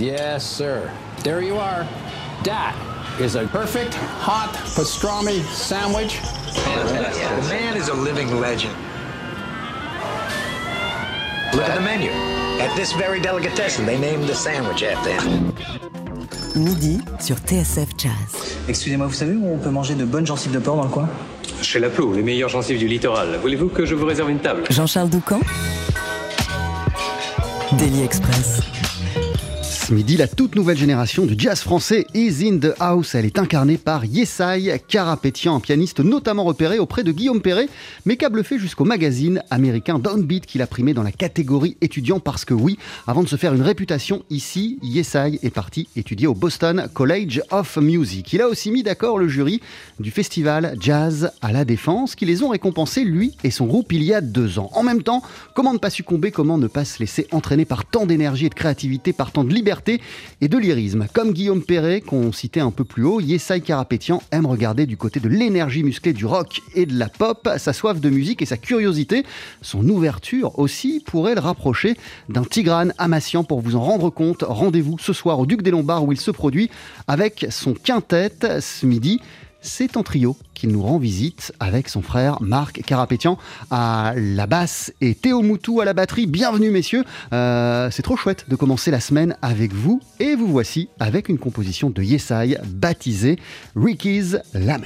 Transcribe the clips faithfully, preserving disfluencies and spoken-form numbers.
Yes, sir. There you are. That is a perfect hot pastrami sandwich. The man is a living legend. Look at the menu. At this very delicatessen, they named the sandwich after him. Midi sur T S F Jazz. Excusez-moi, vous savez où on peut manger de bonnes gencives de porc dans le coin? Chez La Plou, les meilleures gencives du littoral. Voulez-vous que je vous réserve une table? Jean-Charles Doucan. Daily Express. Ce midi, la toute nouvelle génération du jazz français is in the house. Elle est incarnée par Yesai Karapetian, un pianiste notamment repéré auprès de Guillaume Perret, mais qu'a bluffé jusqu'au magazine américain Downbeat qu'il a primé dans la catégorie étudiant parce que oui, avant de se faire une réputation ici, Yesai est parti étudier au Boston College of Music. Il a aussi mis d'accord le jury du festival Jazz à la Défense qui les ont récompensés, lui et son groupe, il y a deux ans. En même temps, comment ne pas succomber, comment ne pas se laisser entraîner par tant d'énergie et de créativité, par tant de liberté et de lyrisme. Comme Guillaume Perret, qu'on citait un peu plus haut, Yesai Karapetian aime regarder du côté de l'énergie musclée du rock et de la pop, sa soif de musique et sa curiosité. Son ouverture aussi pourrait le rapprocher d'un Tigran Amassian. Pour vous en rendre compte, rendez-vous ce soir au Duc des Lombards où il se produit avec son quintet ce midi. C'est en trio qu'il nous rend visite avec son frère Marc Karapetian à la basse et Théo Moutou à la batterie. Bienvenue messieurs, euh, c'est trop chouette de commencer la semaine avec vous et vous voici avec une composition de Yesai baptisée Ricky's Lament.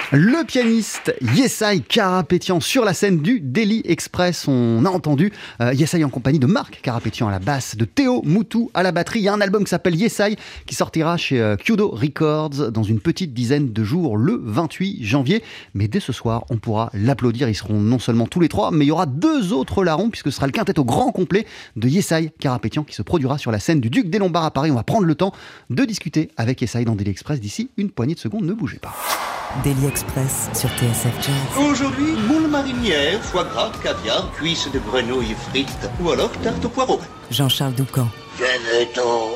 Le pianiste Yesai Karapetian sur la scène du Daily Express. On a entendu euh, Yesai en compagnie de Marc Karapetian à la basse, de Théo Moutou à la batterie. Il y a un album qui s'appelle Yesai qui sortira chez euh, Kyodo Records dans une petite dizaine de jours le vingt-huit janvier. Mais dès ce soir, on pourra l'applaudir. Ils seront non seulement tous les trois, mais il y aura deux autres larrons puisque ce sera le quintet au grand complet de Yesai Karapetian qui se produira sur la scène du Duc des Lombards à Paris. On va prendre le temps de discuter avec Yesai dans Daily Express d'ici une poignée de secondes. Ne bougez pas. Daily Express sur T S F Jazz. Aujourd'hui, moule marinière, foie gras, caviar, cuisses de grenouille frites ou alors tarte au poireau. Jean-Charles Doucan. Venez-t'en.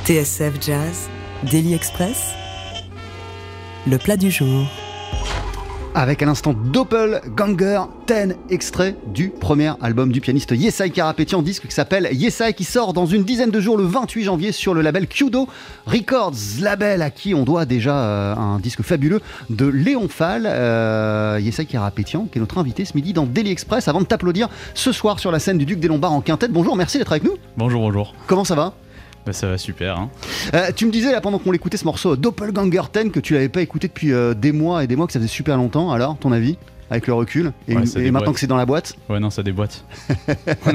T S F Jazz, Daily Express, le plat du jour. Avec à l'instant Doppelganger dix, extrait du premier album du pianiste Yesai Karapetian, disque qui s'appelle Yesai, qui sort dans une dizaine de jours le vingt-huit janvier sur le label Kyudo Records, label à qui on doit déjà euh, un disque fabuleux de Léon Fall. euh, Yesai Karapetian qui est notre invité ce midi dans Daily Express, avant de t'applaudir ce soir sur la scène du Duc des Lombards en quintette. Bonjour, merci d'être avec nous. Bonjour, bonjour. Comment ça va? Bah ça va super. Hein. Euh, tu me disais là pendant qu'on l'écoutait ce morceau Doppelganger dix que tu l'avais pas écouté depuis euh, des mois et des mois, que ça faisait super longtemps. Alors, ton avis avec le recul et, ouais, une, et maintenant que c'est dans la boîte? Ouais, non, ça déboîte. euh,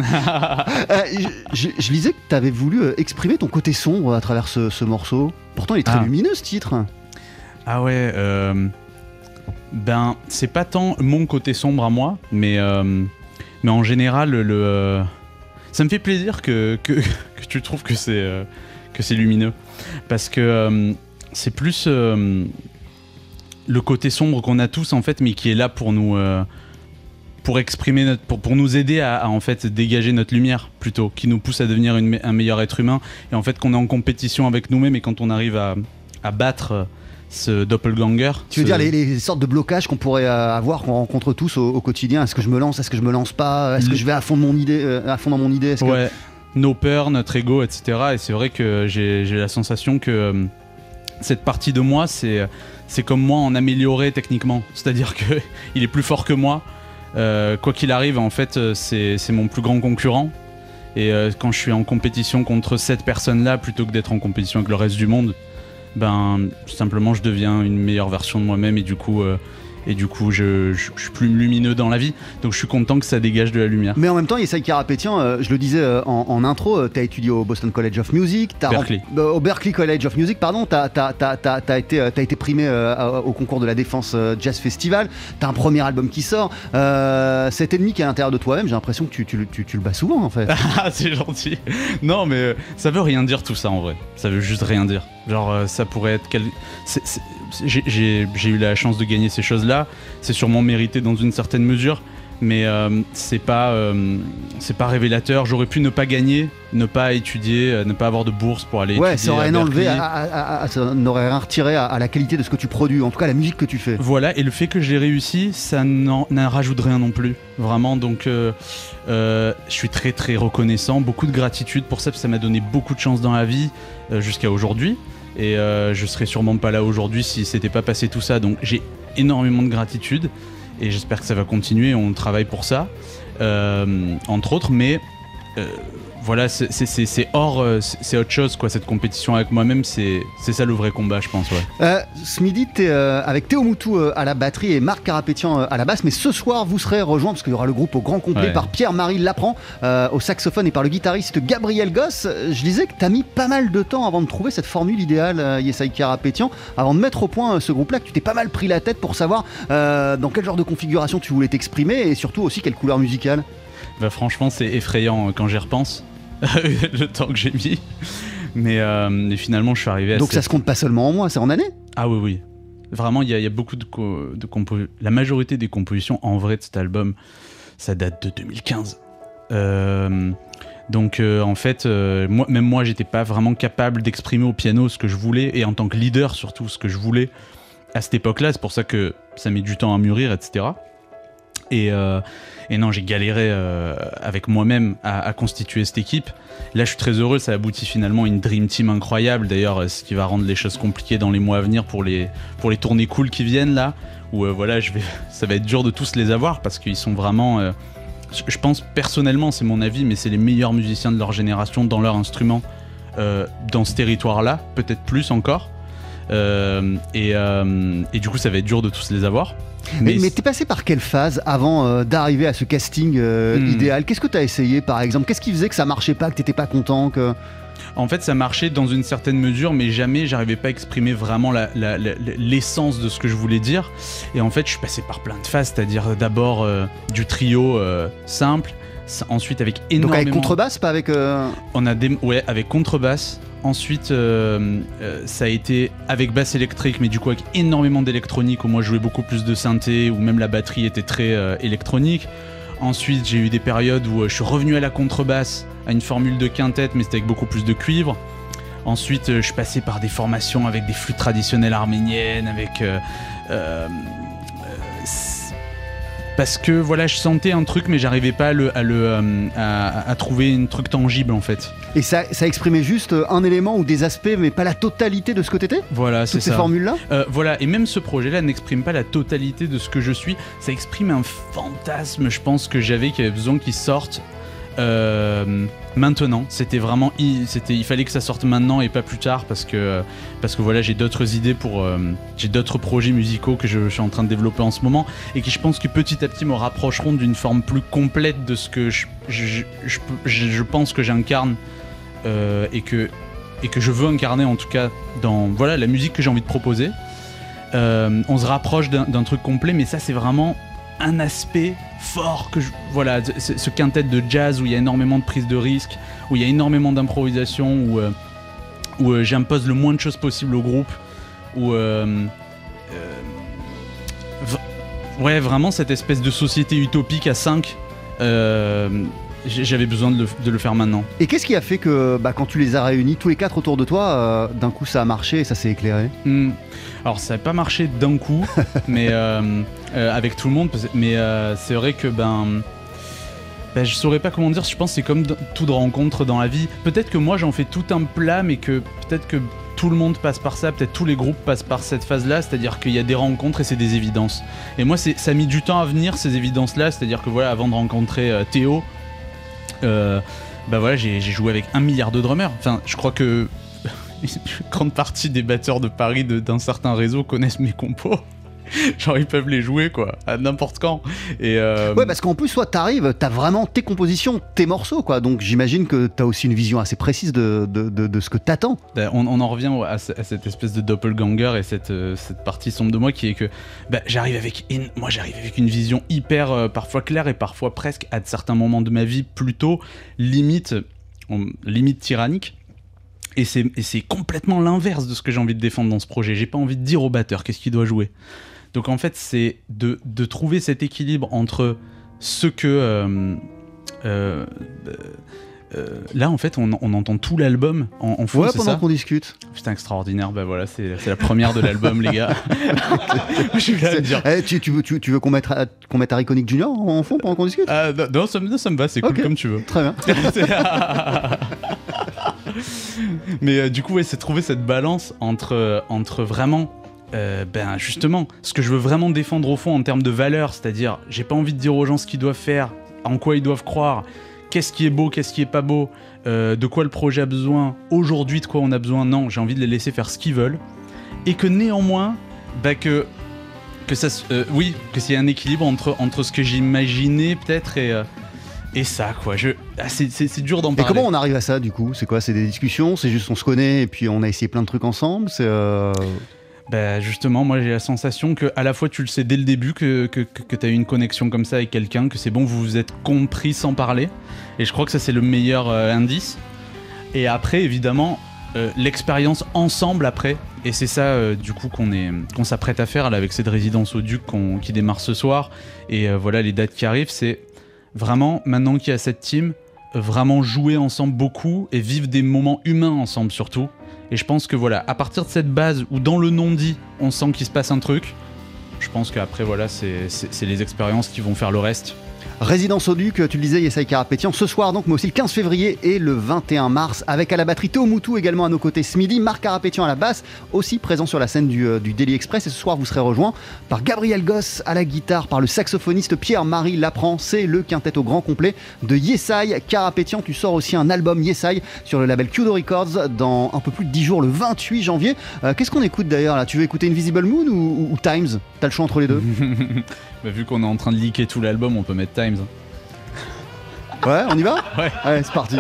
je, je, je lisais que tu avais voulu euh, exprimer ton côté sombre à travers ce, ce morceau. Pourtant, il est très ah. lumineux ce titre. Ah ouais. Euh, ben, c'est pas tant mon côté sombre à moi, mais euh, mais en général le. Euh, Ça me fait plaisir que, que, que tu trouves que c'est, euh, que c'est lumineux. Parce que euh, c'est plus euh, le côté sombre qu'on a tous, en fait, mais qui est là pour nous, euh, pour exprimer notre, pour, pour nous aider à, à en fait, dégager notre lumière, plutôt, qui nous pousse à devenir une, un meilleur être humain. Et en fait, qu'on est en compétition avec nous-mêmes, et quand on arrive à, à battre ce doppelganger. Tu veux ce... dire les, les sortes de blocages qu'on pourrait avoir, qu'on rencontre tous au, au quotidien. Est-ce que je me lance, est-ce que je me lance pas, est-ce que je vais à fond, de mon idée, euh, à fond dans mon idée, est-ce que... Ouais, nos peurs, notre ego, et cetera. Et c'est vrai que j'ai, j'ai la sensation que euh, cette partie de moi, c'est, c'est comme moi en amélioré techniquement. C'est-à-dire qu'il est plus fort que moi. Euh, quoi qu'il arrive, en fait, c'est, c'est mon plus grand concurrent. Et euh, quand je suis en compétition contre cette personne-là, plutôt que d'être en compétition avec le reste du monde, ben simplement je deviens une meilleure version de moi-même et du coup euh, et du coup je, je, je suis plus lumineux dans la vie, donc je suis content que ça dégage de la lumière. Mais en même temps, Yesai Karapetian, euh, je le disais euh, en, en intro, euh, t'as étudié au Boston College of Music, t'as Berkeley. Rem- euh, au Berkeley College of Music, pardon, t'as, t'as, t'as, t'as, t'as été, euh, t'as été primé euh, au concours de la Défense euh, Jazz Festival, t'as un premier album qui sort, euh, cet ennemi qui est à l'intérieur de toi-même, j'ai l'impression que tu, tu, tu, tu le bats souvent en fait. Ah, c'est gentil. Non mais euh, ça veut rien dire tout ça en vrai, ça veut juste rien dire. Genre euh, ça pourrait être quel... c'est, c'est, j'ai, j'ai, j'ai eu la chance de gagner ces choses-là, c'est sûrement mérité dans une certaine mesure, mais euh, c'est pas euh, c'est pas révélateur. J'aurais pu ne pas gagner, ne pas étudier, euh, ne pas avoir de bourse pour aller ouais, étudier. Ouais, ça aurait à rien enlevé, Berkeley. à, à, à, ça n'aurait rien retiré à, à la qualité de ce que tu produis, en tout cas à la musique que tu fais. Voilà, et le fait que j'ai réussi, ça n'en, n'en rajoute rien non plus, vraiment. Donc euh, euh, je suis très très reconnaissant, beaucoup de gratitude pour ça, parce que ça m'a donné beaucoup de chance dans la vie euh, jusqu'à aujourd'hui. Et euh, je serais sûrement pas là aujourd'hui si c'était pas passé tout ça. Donc j'ai énormément de gratitude et j'espère que ça va continuer. On travaille pour ça, euh, entre autres. Mais euh, voilà, c'est, c'est, c'est, c'est hors, c'est, c'est autre chose quoi. Cette compétition avec moi-même, c'est, c'est ça le vrai combat, je pense. Ouais. Euh, ce midi, t'es euh, avec Théo Moutou euh, à la batterie et Marc Karapetian euh, à la basse. Mais ce soir, vous serez rejoints, parce qu'il y aura le groupe au grand complet, ouais. par Pierre-Marie Laprand euh, au saxophone et par le guitariste Gabriel Goss. Je disais que t'as mis pas mal de temps avant de trouver cette formule idéale, euh, Yesai Karapetian, avant de mettre au point euh, ce groupe-là, que tu t'es pas mal pris la tête pour savoir euh, dans quel genre de configuration tu voulais t'exprimer et surtout aussi quelle couleur musicale. Bah, franchement, c'est effrayant quand j'y repense. Le temps que j'ai mis, mais, euh, mais finalement je suis arrivé à donc cette... ça se compte pas seulement en mois, c'est en années. Ah oui oui, vraiment il y, y a beaucoup de, co- de compositions. La majorité des compositions en vrai de cet album, ça date de deux mille quinze. Euh, donc euh, en fait, euh, moi, même moi j'étais pas vraiment capable d'exprimer au piano ce que je voulais, et en tant que leader surtout ce que je voulais à cette époque-là. C'est pour ça que ça met du temps à mûrir, et cetera. Et, euh, et non, j'ai galéré euh, avec moi-même à, à constituer cette équipe. Là, je suis très heureux, ça aboutit finalement à une dream team incroyable. D'ailleurs, ce qui va rendre les choses compliquées dans les mois à venir pour les, pour les tournées cool qui viennent là, où euh, voilà, je vais, ça va être dur de tous les avoir parce qu'ils sont vraiment... Euh, je pense personnellement, c'est mon avis, mais c'est les meilleurs musiciens de leur génération dans leur instrument, euh, dans ce territoire-là, peut-être plus encore. Euh, et, euh, et du coup, ça va être dur de tous les avoir. Mais, Mais, mais t'es passé par quelle phase avant euh, d'arriver à ce casting euh, Hmm. idéal? Qu'est-ce que t'as essayé par exemple? Qu'est-ce qui faisait que ça marchait pas, que t'étais pas content que... En fait, ça marchait dans une certaine mesure, mais jamais j'arrivais pas à exprimer vraiment la, la, la, l'essence de ce que je voulais dire. Et en fait, je suis passé par plein de phases, c'est-à-dire d'abord euh, du trio euh, simple, ensuite avec énormément... Donc avec contrebasse, pas avec... Euh... On a des... Ouais, avec contrebasse. Ensuite, euh, euh, ça a été avec basse électrique, mais du coup avec énormément d'électronique, où moi je jouais beaucoup plus de synthé, où même la batterie était très euh, électronique. Ensuite, j'ai eu des périodes où euh, je suis revenu à la contrebasse, à une formule de quintette, mais c'était avec beaucoup plus de cuivre. Ensuite, euh, je passais par des formations avec des flûtes traditionnelles arméniennes, avec euh, euh, parce que voilà, je sentais un truc, mais j'arrivais pas à, le, à, le, euh, à, à trouver un truc tangible en fait. Et ça, ça exprimait juste un élément ou des aspects, mais pas la totalité de ce que t'étais ? Voilà, c'est Toutes ces ça. formules-là ? euh, Voilà, et même ce projet-là n'exprime pas la totalité de ce que je suis. Ça exprime un fantasme, je pense, que j'avais, qui avait besoin qu'il sorte euh, maintenant. C'était vraiment, c'était, il fallait que ça sorte maintenant et pas plus tard, parce que parce que voilà, j'ai d'autres idées pour, euh, j'ai d'autres projets musicaux que je, je suis en train de développer en ce moment et qui, je pense, que petit à petit me rapprocheront d'une forme plus complète de ce que je je, je, je, je pense que j'incarne. Euh, et, que, et que je veux incarner en tout cas dans voilà, la musique que j'ai envie de proposer. Euh, on se rapproche d'un, d'un truc complet, mais ça c'est vraiment un aspect fort que je, voilà, ce, ce quintet de jazz où il y a énormément de prise de risque, où il y a énormément d'improvisation, où, euh, où euh, j'impose le moins de choses possible au groupe, où euh, euh, v- ouais, vraiment cette espèce de société utopique à cinq. Euh, J'avais besoin de le, de le faire maintenant. Et qu'est-ce qui a fait que bah, quand tu les as réunis tous les quatre autour de toi, euh, d'un coup ça a marché et ça s'est éclairé ? mmh. Alors ça n'a pas marché d'un coup, mais euh, euh, avec tout le monde. Mais euh, c'est vrai que ben, ben je saurais pas comment dire. Je pense que c'est comme d- toute rencontre dans la vie. Peut-être que moi j'en fais tout un plat, mais que peut-être que tout le monde passe par ça. Peut-être tous les groupes passent par cette phase-là. C'est-à-dire qu'il y a des rencontres et c'est des évidences. Et moi c'est, ça a mis du temps à venir ces évidences-là. C'est-à-dire que voilà, avant de rencontrer euh, Théo. Euh, bah voilà, j'ai, j'ai joué avec un milliard de drummers. Enfin, je crois que une grande partie des batteurs de Paris de, d'un certain réseau connaissent mes compos. Genre ils peuvent les jouer quoi, à n'importe quand. Et euh... Ouais, parce qu'en plus, toi, t'arrives, t'as vraiment tes compositions, tes morceaux, quoi. Donc j'imagine que t'as aussi une vision assez précise de, de, de, de ce que t'attends. On, on en revient à, à cette espèce de doppelganger et cette, cette partie sombre de moi qui est que bah, j'arrive avec une, moi j'arrive avec une vision hyper euh, parfois claire et parfois presque à certains moments de ma vie plutôt limite, limite tyrannique. Et c'est, et c'est complètement l'inverse de ce que j'ai envie de défendre dans ce projet. J'ai pas envie de dire au batteur qu'est-ce qu'il doit jouer. Donc en fait, c'est de, de trouver cet équilibre entre ce que... Euh, euh, euh, là, en fait, on, on entend tout l'album en, en fond, ouais, c'est pendant ça qu'on discute. Putain, extraordinaire. Bah voilà, c'est, c'est la première de l'album, les gars. Je vais C'est, dire. Eh, tu, tu, veux, tu, tu veux qu'on mette, qu'on mette Harry Connick Junior en fond pendant qu'on discute ? Ah, non, non, ça, me- ça me va, c'est cool Ok. comme tu veux. Très bien. Mais euh, du coup, ouais, c'est trouver cette balance entre, euh, entre vraiment, euh, ben justement, ce que je veux vraiment défendre au fond en termes de valeur, c'est-à-dire, j'ai pas envie de dire aux gens ce qu'ils doivent faire, en quoi ils doivent croire, qu'est-ce qui est beau, qu'est-ce qui est pas beau, euh, de quoi le projet a besoin, aujourd'hui de quoi on a besoin. Non, j'ai envie de les laisser faire ce qu'ils veulent, et que néanmoins, bah que que ça, se- euh, oui, que s'il y a un équilibre entre entre ce que j'imaginais peut-être et euh, et ça quoi. Je, ah, c'est, c'est c'est dur d'en Et parler. comment on arrive à ça, du coup ? C'est quoi ? C'est des discussions ? C'est juste on se connaît et puis on a essayé plein de trucs ensemble ? C'est... Euh... Bah justement, moi j'ai la sensation que à la fois tu le sais dès le début que, que, que, que tu as eu une connexion comme ça avec quelqu'un, que c'est bon, vous vous êtes compris sans parler. Et je crois que ça c'est le meilleur euh, indice. Et après évidemment, euh, l'expérience ensemble après. Et c'est ça euh, du coup qu'on, est, qu'on s'apprête à faire là, avec cette résidence au Duc qu'on, qui démarre ce soir. Et euh, voilà les dates qui arrivent, c'est vraiment maintenant qu'il y a cette team, euh, vraiment jouer ensemble beaucoup et vivre des moments humains ensemble surtout. Et je pense que voilà, à partir de cette base où dans le non-dit, on sent qu'il se passe un truc, je pense qu'après voilà, c'est, c'est, c'est les expériences qui vont faire le reste. Résidence au Duc, tu le disais, Yessaï Karapétian, ce soir donc, mais aussi le quinze février et le vingt et un mars, avec à la batterie Théo Moutou également à nos côtés ce midi, Marc Karapétian à la basse, aussi présent sur la scène du, euh, du Daily Express. Et ce soir, vous serez rejoint par Gabriel Goss à la guitare, par le saxophoniste Pierre-Marie Laprand. C'est le quintet au grand complet de Yessaï Karapétian. Tu sors aussi un album Yessaï sur le label Kudo Records dans un peu plus de dix jours, le vingt-huit janvier. Euh, qu'est-ce qu'on écoute d'ailleurs là ? Tu veux écouter Invisible Moon ou, ou, ou Times ? T'as le choix entre les deux. Bah, vu qu'on est en train de leaker tout l'album, on peut mettre Times. Ouais, on y va ? Ouais. Allez, c'est parti.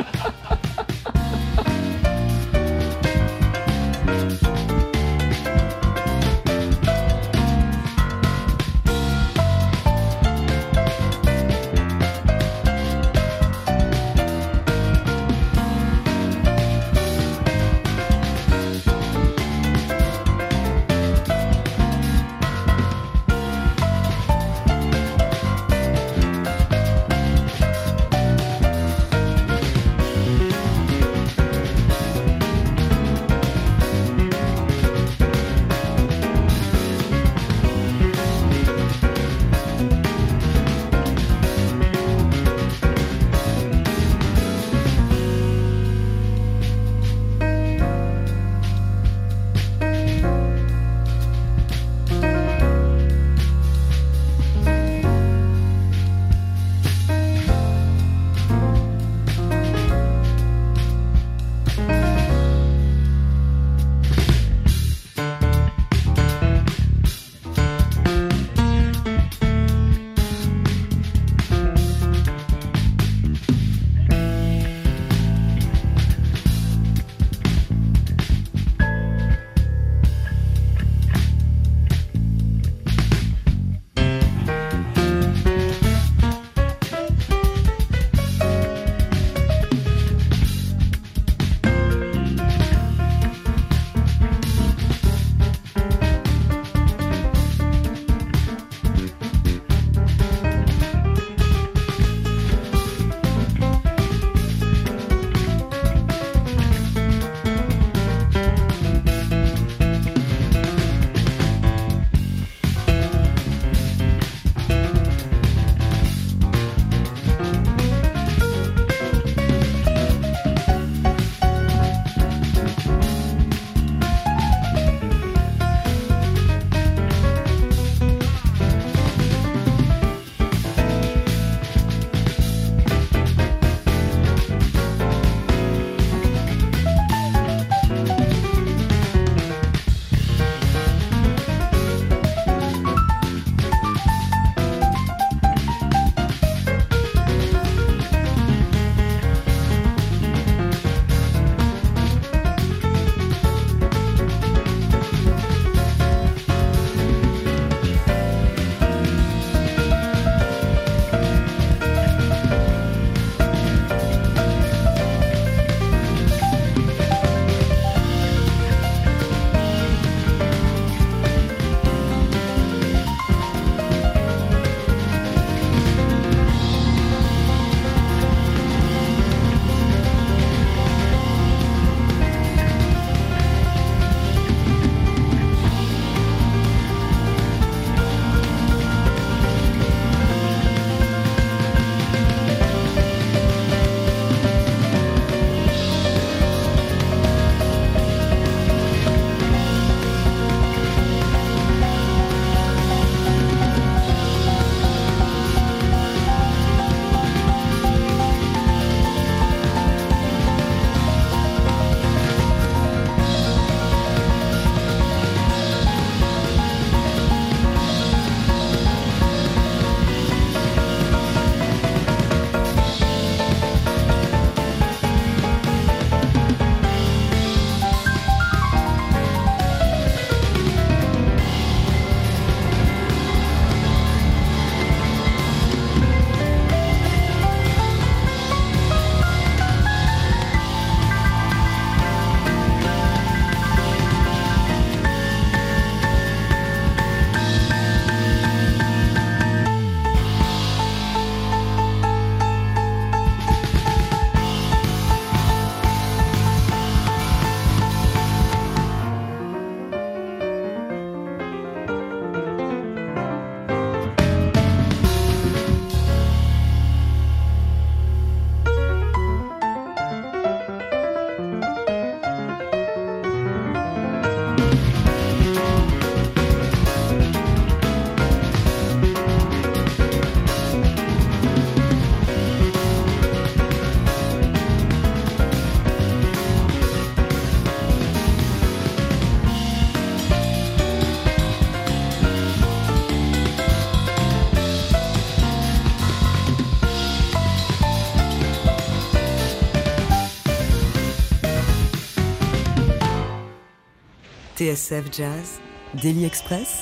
T S F Jazz, Daily Express,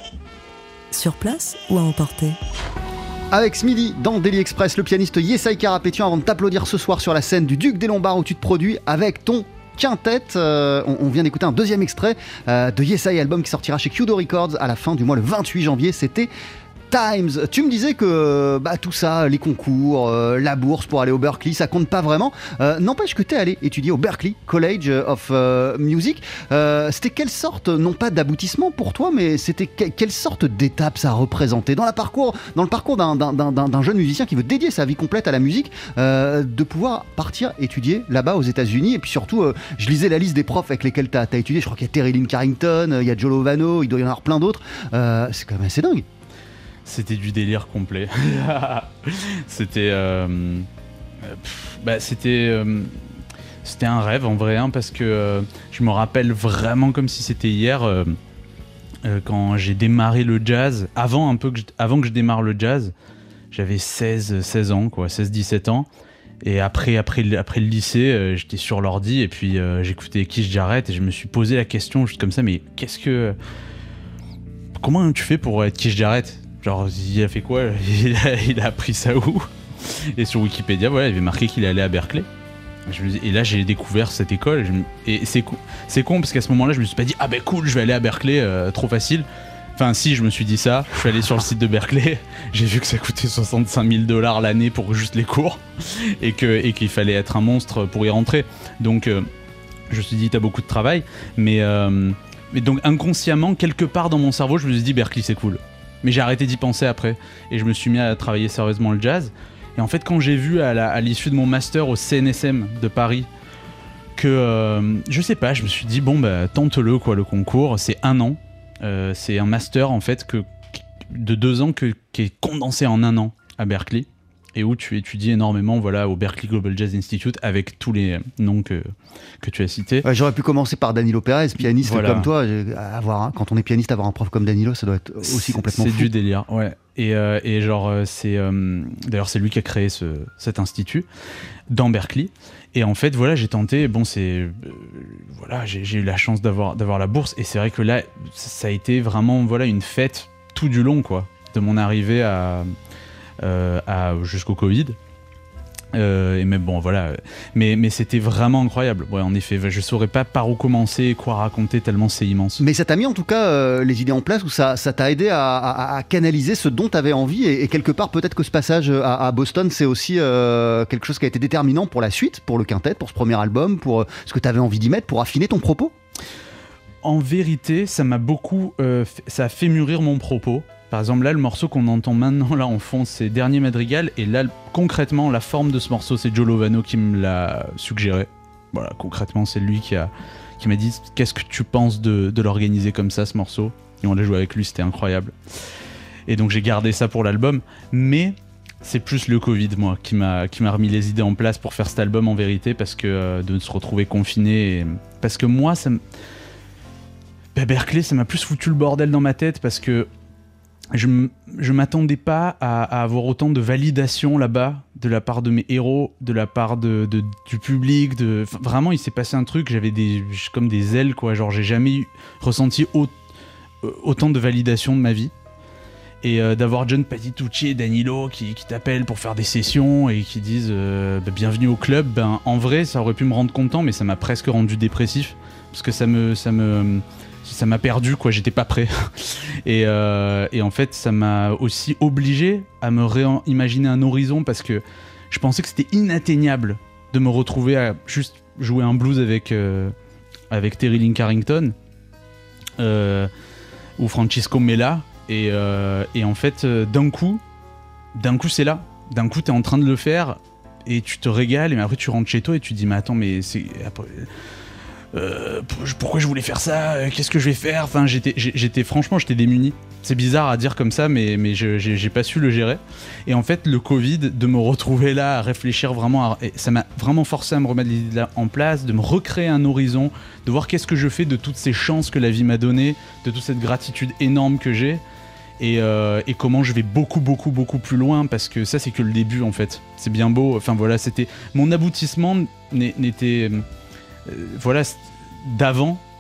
sur place ou à emporter? Avec ce midi, dans Daily Express, le pianiste Yesai Karapétian, avant de t'applaudir ce soir sur la scène du Duc des Lombards où tu te produis avec ton quintet. Euh, on, on vient d'écouter un deuxième extrait euh, de Yesai, album qui sortira chez Q D O Records à la fin du mois, le vingt-huit janvier. C'était Times. Tu me disais que bah, tout ça, les concours, euh, la bourse pour aller au Berklee, ça compte pas vraiment. Euh, n'empêche que tu es allé étudier au Berklee College of euh, Music. Euh, c'était quelle sorte, non pas d'aboutissement pour toi, mais c'était que, quelle sorte d'étape ça représentait dans, la parcours, dans le parcours d'un, d'un, d'un, d'un jeune musicien qui veut dédier sa vie complète à la musique, euh, de pouvoir partir étudier là-bas aux États-Unis. Et puis surtout, euh, je lisais la liste des profs avec lesquels tu as étudié. Je crois qu'il y a Terry Lynn Carrington, il y a Joe Lovano, il doit y en avoir plein d'autres. Euh, c'est quand même assez dingue. C'était du délire complet. c'était, euh, pff, bah, c'était, euh, c'était un rêve en vrai, hein, parce que euh, je me rappelle vraiment comme si c'était hier, euh, euh, quand j'ai démarré le jazz. Avant un peu que je, avant que je démarre le jazz, j'avais seize, seize ans, quoi, seize dix-sept ans. Et après, après, après le lycée, euh, j'étais sur l'ordi et puis euh, j'écoutais Keith Jarrett et je me suis posé la question juste comme ça, mais qu'est-ce que, comment tu fais pour être Keith Jarrett? Genre, il a fait quoi? il a, il a appris ça où? Et sur Wikipédia, voilà, il avait marqué qu'il allait à Berklee. Je me dis, et là, j'ai découvert cette école. Et, je me, et c'est, co- c'est con parce qu'à ce moment-là, je me suis pas dit, ah ben cool, je vais aller à Berklee, euh, trop facile. Enfin, si, je me suis dit ça. Je suis allé sur le site de Berklee. J'ai vu que ça coûtait soixante-cinq mille dollars l'année pour juste les cours. Et, que, et qu'il fallait être un monstre pour y rentrer. Donc, euh, je me suis dit, t'as beaucoup de travail. Mais, euh, mais donc, inconsciemment, quelque part dans mon cerveau, je me suis dit, Berklee, c'est cool. Mais j'ai arrêté d'y penser après et je me suis mis à travailler sérieusement le jazz. Et en fait, quand j'ai vu à, la, à l'issue de mon master au C N S M de Paris que, euh, je sais pas, je me suis dit, bon, bah, tente-le, quoi, le concours. C'est un an. Euh, c'est un master, en fait, que, de deux ans que, qui est condensé en un an à Berklee. Et où tu étudies énormément, voilà, au Berklee Global Jazz Institute avec tous les noms que, que tu as cités. Ouais, j'aurais pu commencer par Danilo Pérez, pianiste voilà. comme toi. Avoir, hein, quand on est pianiste, avoir un prof comme Danilo, ça doit être aussi c'est, complètement c'est fou. C'est du délire, ouais. Et, euh, et genre, c'est, euh, d'ailleurs, c'est lui qui a créé ce, cet institut dans Berklee. Et en fait, voilà, j'ai tenté. Bon, c'est, euh, voilà, j'ai, j'ai eu la chance d'avoir, d'avoir la bourse. Et c'est vrai que là, ça a été vraiment, voilà, une fête tout du long, quoi, de mon arrivée à. Euh, à, jusqu'au Covid euh, et même bon voilà mais, mais c'était vraiment incroyable, ouais, en effet je saurais pas par où commencer, quoi raconter tellement c'est immense. Mais ça t'a mis en tout cas euh, les idées en place, ou ça, ça t'a aidé à, à, à canaliser ce dont t'avais envie, et, et quelque part peut-être que ce passage à, à Boston c'est aussi euh, quelque chose qui a été déterminant pour la suite, pour le quintet, pour ce premier album, pour euh, ce que t'avais envie d'y mettre, pour affiner ton propos. En vérité ça m'a beaucoup euh, f- ça a fait mûrir mon propos. Par exemple, là, le morceau qu'on entend maintenant là en fond, c'est Dernier Madrigal. Et là, concrètement, la forme de ce morceau, c'est Joe Lovano qui me l'a suggéré. Voilà, concrètement, c'est lui qui, a, qui m'a dit « Qu'est-ce que tu penses de, de l'organiser comme ça, ce morceau ?» Et on l'a joué avec lui, c'était incroyable. Et donc, j'ai gardé ça pour l'album. Mais c'est plus le Covid, moi, qui m'a, qui m'a remis les idées en place pour faire cet album, en vérité, parce que euh, de se retrouver confiné. Et... Parce que moi, ça m... bah, Berklee, ça m'a plus foutu le bordel dans ma tête, parce que Je, m- je m'attendais pas à, à avoir autant de validation là-bas, de la part de mes héros, de la part de, de, du public. De... Enfin, vraiment, il s'est passé un truc, j'avais des, comme des ailes, quoi. Genre, j'ai jamais eu, ressenti au, autant de validation de ma vie. Et euh, d'avoir John Patitucci et Danilo qui, qui t'appellent pour faire des sessions et qui disent euh, bah, bienvenue au club, ben, en vrai, ça aurait pu me rendre content, mais ça m'a presque rendu dépressif. Parce que ça me... Ça me ça m'a perdu, quoi, j'étais pas prêt. et, euh, et en fait, ça m'a aussi obligé à me réimaginer un horizon, parce que je pensais que c'était inatteignable de me retrouver à juste jouer un blues avec, euh, avec Terry Lynn Carrington euh, ou Francisco Mella. Et, euh, et en fait, euh, d'un coup, d'un coup, c'est là. D'un coup, t'es en train de le faire et tu te régales, et après, tu rentres chez toi et tu te dis, mais attends, mais c'est... Euh, pourquoi je voulais faire ça, qu'est-ce que je vais faire, enfin j'étais, j'étais franchement j'étais démuni. C'est bizarre à dire comme ça, mais, mais je, j'ai, j'ai pas su le gérer. Et en fait le Covid, de me retrouver là à réfléchir vraiment à, ça m'a vraiment forcé à me remettre les idées là en place, de me recréer un horizon, de voir qu'est-ce que je fais de toutes ces chances que la vie m'a données, de toute cette gratitude énorme que j'ai, et, euh, et comment je vais beaucoup beaucoup beaucoup plus loin, parce que ça c'est que le début en fait. C'est bien beau, enfin voilà, c'était mon aboutissement n'était euh, voilà, d'avant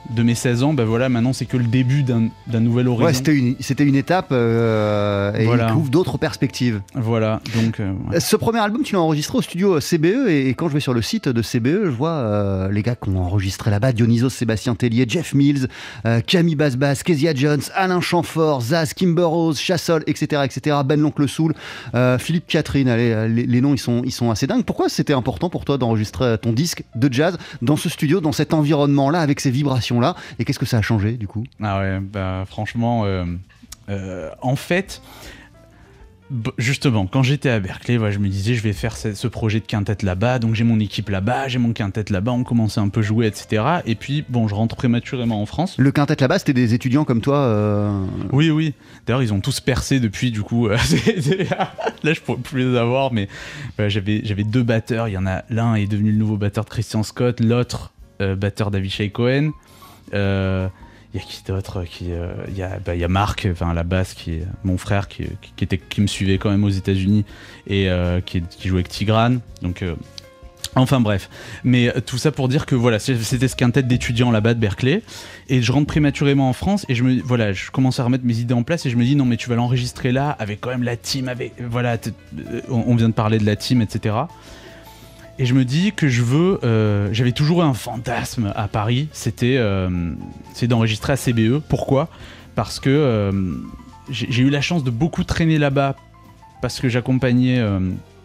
de mes seize ans, bah voilà, maintenant c'est que le début d'un, d'un nouvel horizon. Ouais, c'était une, c'était une étape euh, et Voilà. il ouvre d'autres perspectives. Voilà, donc... euh, ouais. Ce premier album, tu l'as enregistré au studio C B E et, et quand je vais sur le site de C B E, je vois euh, les gars qui ont enregistré là-bas, Dionysos, Sébastien Tellier, Jeff Mills, euh, Camille Bass-Bass, Kezia Jones, Alain Chamfort, Zaz, Kimber Rose, Chassol, et cetera, et cetera, Ben l'Oncle Soul, euh, Philippe Catherine, allez, les, les noms ils sont, ils sont assez dingues. Pourquoi c'était important pour toi d'enregistrer ton disque de jazz dans ce studio, dans cet environnement-là, avec ces vibrations-là, et qu'est-ce que ça a changé du coup? Ah ouais, bah franchement, euh, euh, en fait... Justement, quand j'étais à Berkeley, voilà, je me disais je vais faire ce, ce projet de quintette là-bas, donc j'ai mon équipe là-bas, j'ai mon quintette là-bas, on commençait un peu jouer, et cetera. Et puis bon, je rentre prématurément en France. Le quintette là-bas, c'était des étudiants comme toi euh... Oui, oui. D'ailleurs, ils ont tous percé depuis, du coup. Euh, c'est, c'est... Là, je pourrais plus les avoir, mais voilà, j'avais, j'avais deux batteurs. Il y en a l'un est devenu le nouveau batteur de Christian Scott, l'autre euh, batteur d'Avishai Cohen. Euh, Il y a qui d'autre qui, euh, il, y a, bah, il y a Marc, enfin, à la basse, qui est mon frère, qui, qui, qui, était, qui me suivait quand même aux États-Unis et euh, qui, qui jouait avec Tigran. Donc, euh, enfin bref. Mais tout ça pour dire que voilà, c'était ce quintet d'étudiants là-bas de Berkeley. Et je rentre prématurément en France et je, me, voilà, je commence à remettre mes idées en place et je me dis non, mais tu vas l'enregistrer là, avec quand même la team. Avec, voilà, on, on vient de parler de la team, et cetera. Et je me dis que je veux... Euh, j'avais toujours un fantasme à Paris, c'était euh, c'est d'enregistrer à C B E. Pourquoi ? Parce que euh, j'ai, j'ai eu la chance de beaucoup traîner là-bas, parce que j'accompagnais euh,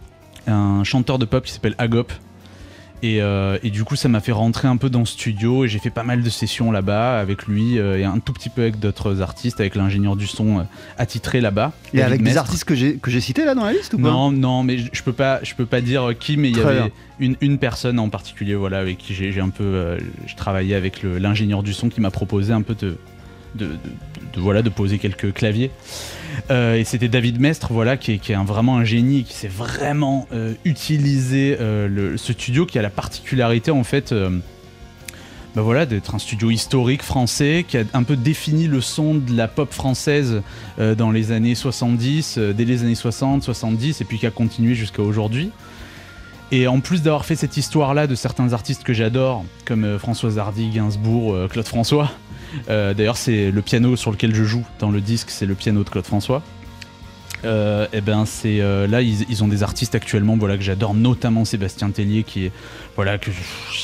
un chanteur de pop qui s'appelle Agop. Et, euh, et du coup, ça m'a fait rentrer un peu dans le studio et j'ai fait pas mal de sessions là-bas avec lui euh, et un tout petit peu avec d'autres artistes, avec l'ingénieur du son euh, attitré là-bas. Et David avec Mestre. des artistes que j'ai, que j'ai cités là dans la liste ou pas ? Non, non, mais je peux pas, je peux pas dire qui, mais il y Très avait bien. une, une personne en particulier, voilà, avec qui j'ai, j'ai un peu, euh, je travaillais avec le, l'ingénieur du son qui m'a proposé un peu de, de, de, de voilà, de poser quelques claviers. Euh, et c'était David Mestre, voilà, qui est, qui est un, vraiment un génie et qui sait vraiment euh, utiliser euh, le, ce studio qui a la particularité en fait. Euh, Bah voilà, d'être un studio historique français qui a un peu défini le son de la pop française euh, dans les années soixante-dix, euh, dès les années soixante, soixante-dix, et puis qui a continué jusqu'à aujourd'hui. Et en plus d'avoir fait cette histoire-là de certains artistes que j'adore, comme euh, Françoise Hardy, Gainsbourg, euh, Claude François, euh, d'ailleurs c'est le piano sur lequel je joue dans le disque, c'est le piano de Claude François. Euh, et ben c'est euh, là ils, ils ont des artistes actuellement, voilà, que j'adore, notamment Sébastien Tellier qui est voilà que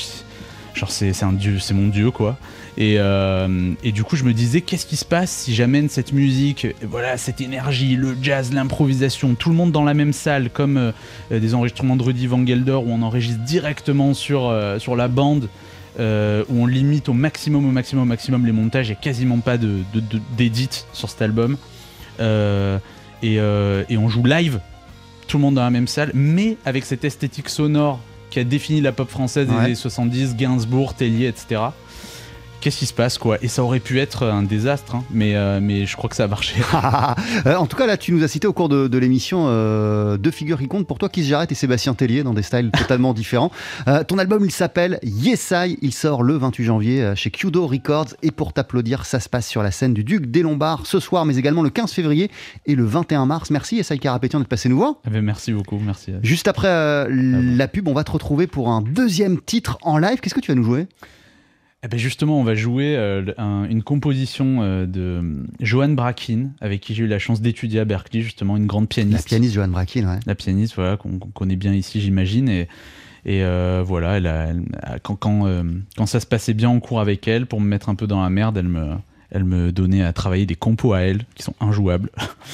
je, genre c'est, c'est un dieu, c'est mon dieu quoi. Et, euh, et du coup je me disais qu'est-ce qui se passe si j'amène cette musique, voilà, cette énergie, le jazz, l'improvisation, tout le monde dans la même salle, comme euh, des enregistrements de Rudy Van Gelder où on enregistre directement sur, euh, sur la bande, euh, où on limite au maximum, au maximum, au maximum les montages, il n'y a quasiment pas de, de, de, d'édit sur cet album. Euh, et, euh, et on joue live, tout le monde dans la même salle, mais avec cette esthétique sonore qui a défini la pop française des Ouais. années soixante-dix, Gainsbourg, Tellier, et cetera. Qu'est-ce qui se passe quoi ? Et ça aurait pu être un désastre, hein, mais, euh, mais je crois que ça a marché. Euh, en tout cas, là, tu nous as cité au cours de, de l'émission euh, deux figures qui comptent pour toi, Keith Jarrett et Sébastien Tellier, dans des styles totalement différents. Euh, ton album, il s'appelle Yes I. Il sort le vingt-huit janvier euh, chez Kudo Records. Et pour t'applaudir, ça se passe sur la scène du Duc des Lombards ce soir, mais également le quinze février et le vingt et un mars. Merci, Yes I Karapétian, d'être passé nous voir. Eh ben, merci beaucoup, merci. Juste après euh, la pub, on va te retrouver pour un deuxième titre en live. Qu'est-ce que tu vas nous jouer ? Eh ben justement, on va jouer euh, un- une composition euh, de Johan Brakin, avec qui j'ai eu la chance d'étudier à Berkeley, justement, une grande La pianiste. pianiste Johan Brakin, ouais. La pianiste, voilà, qu'on, qu'on connaît bien ici, j'imagine. Et, et euh, voilà, elle a, elle a- quand, quand, euh, quand ça se passait bien en cours avec elle, pour me mettre un peu dans la merde, elle me, elle me donnait à travailler des compos à elle, qui sont injouables.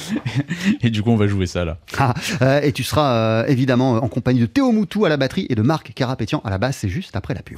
Et du coup, on va jouer ça, là. Ah, euh, et tu seras euh, évidemment en compagnie de Théo Moutou à la batterie et de Marc Karapétian à la basse. C'est juste après la pub.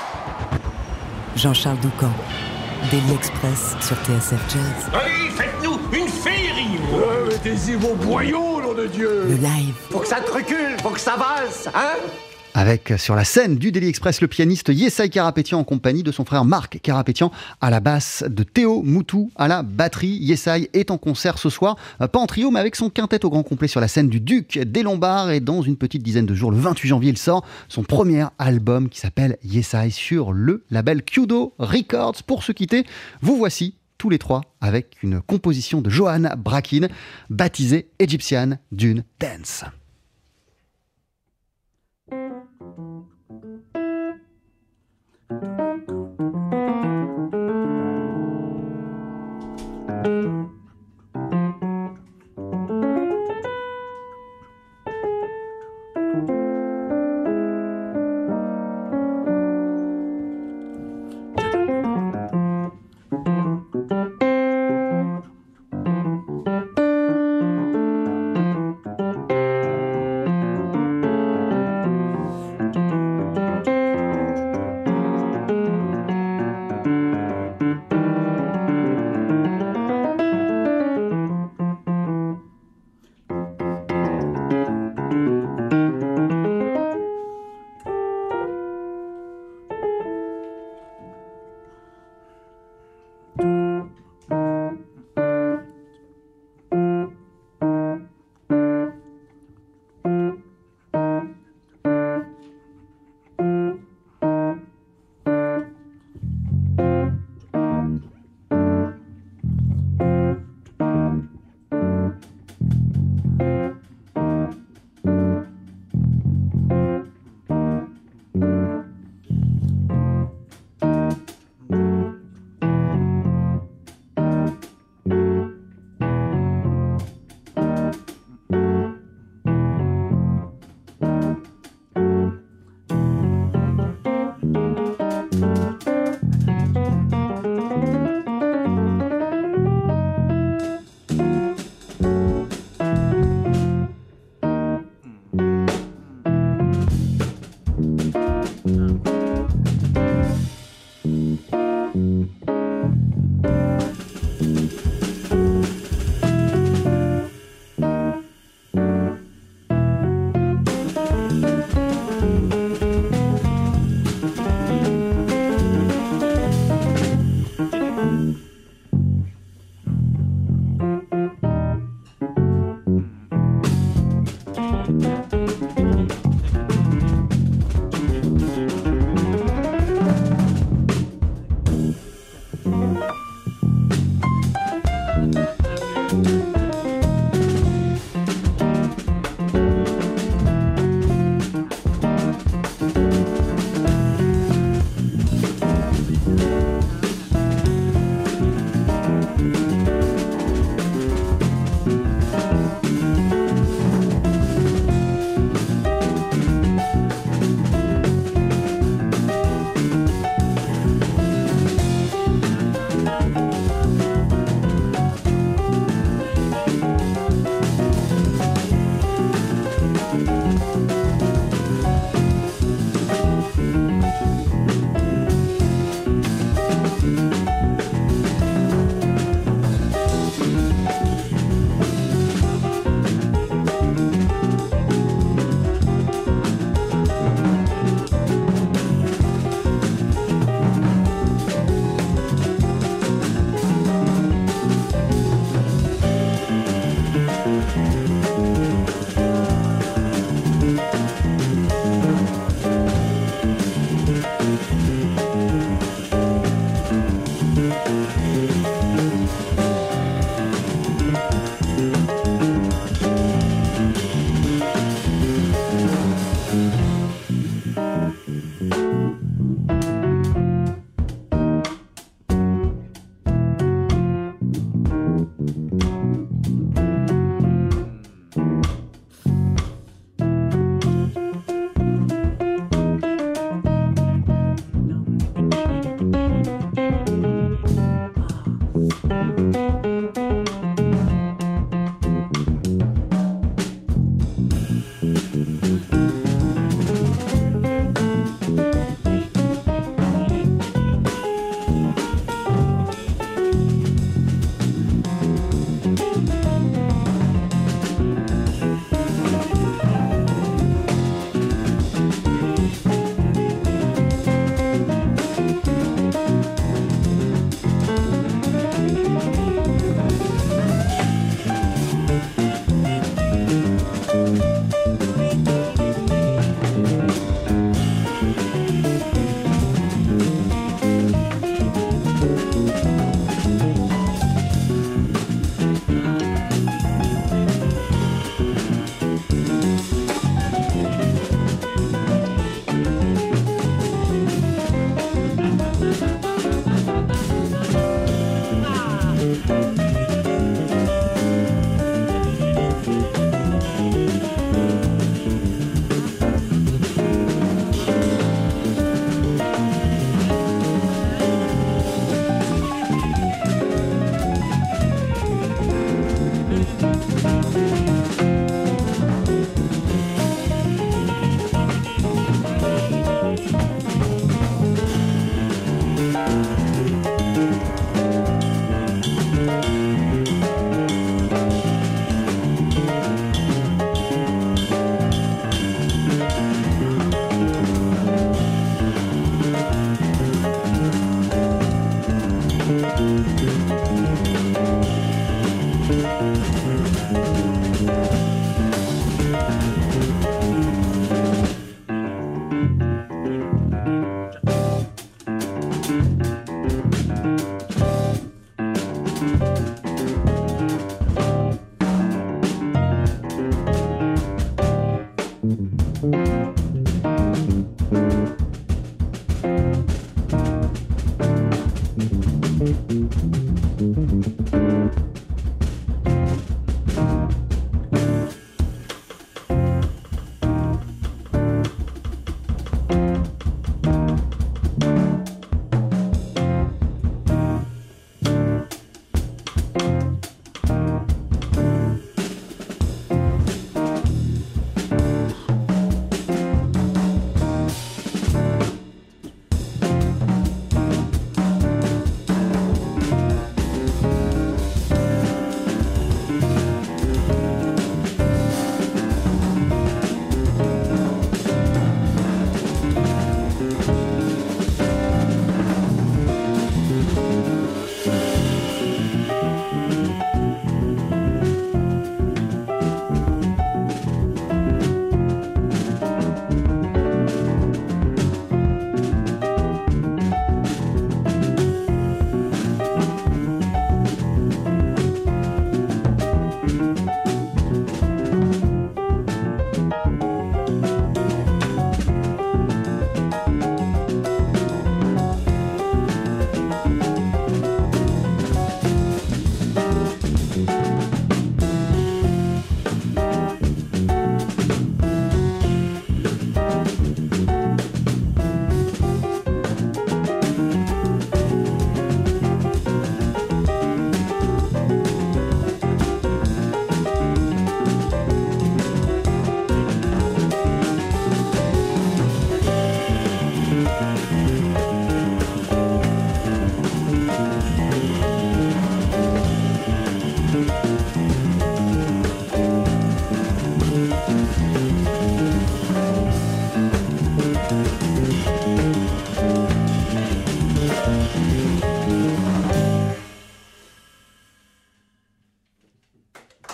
Jean-Charles Doucan, Daily Express sur T S F Jazz. Allez, faites-nous une féerie. Mettez-y vos boyaux, nom de Dieu. Le live, Faut que ça te recule, faut que ça valse, hein. Avec euh, sur la scène du Daily Express le pianiste Yesai Karapétian en compagnie de son frère Marc Karapétian à la basse, de Théo Moutou à la batterie. Yesai est en concert ce soir, euh, pas en trio mais avec son quintet au grand complet sur la scène du Duc des Lombards, et dans une petite dizaine de jours, le vingt-huit janvier, il sort son premier album qui s'appelle Yesai sur le label Kudo Records. Pour se quitter, vous voici tous les trois avec une composition de Johan Brakin baptisée Egyptian Dune Dance. Thank you.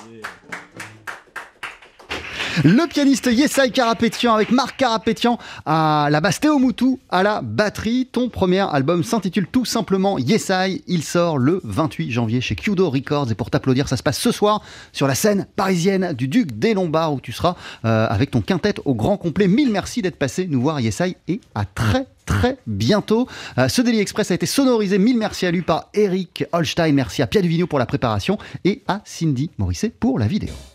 Le pianiste Yesai Karapétian avec Marc Karapétian à la basse, Théo Moutou à la batterie. Ton premier album s'intitule tout simplement Yesai. Il sort le vingt-huit janvier chez Kudo Records. Et pour t'applaudir, ça se passe ce soir sur la scène parisienne du Duc des Lombards où tu seras euh, avec ton quintet au grand complet. Mille merci d'être passé nous voir, Yesai, et à très très bientôt. Euh, ce Daily Express a été sonorisé. Mille merci à lui par Eric Holstein. Merci à Pia Duvigneau pour la préparation et à Cindy Morisset pour la vidéo.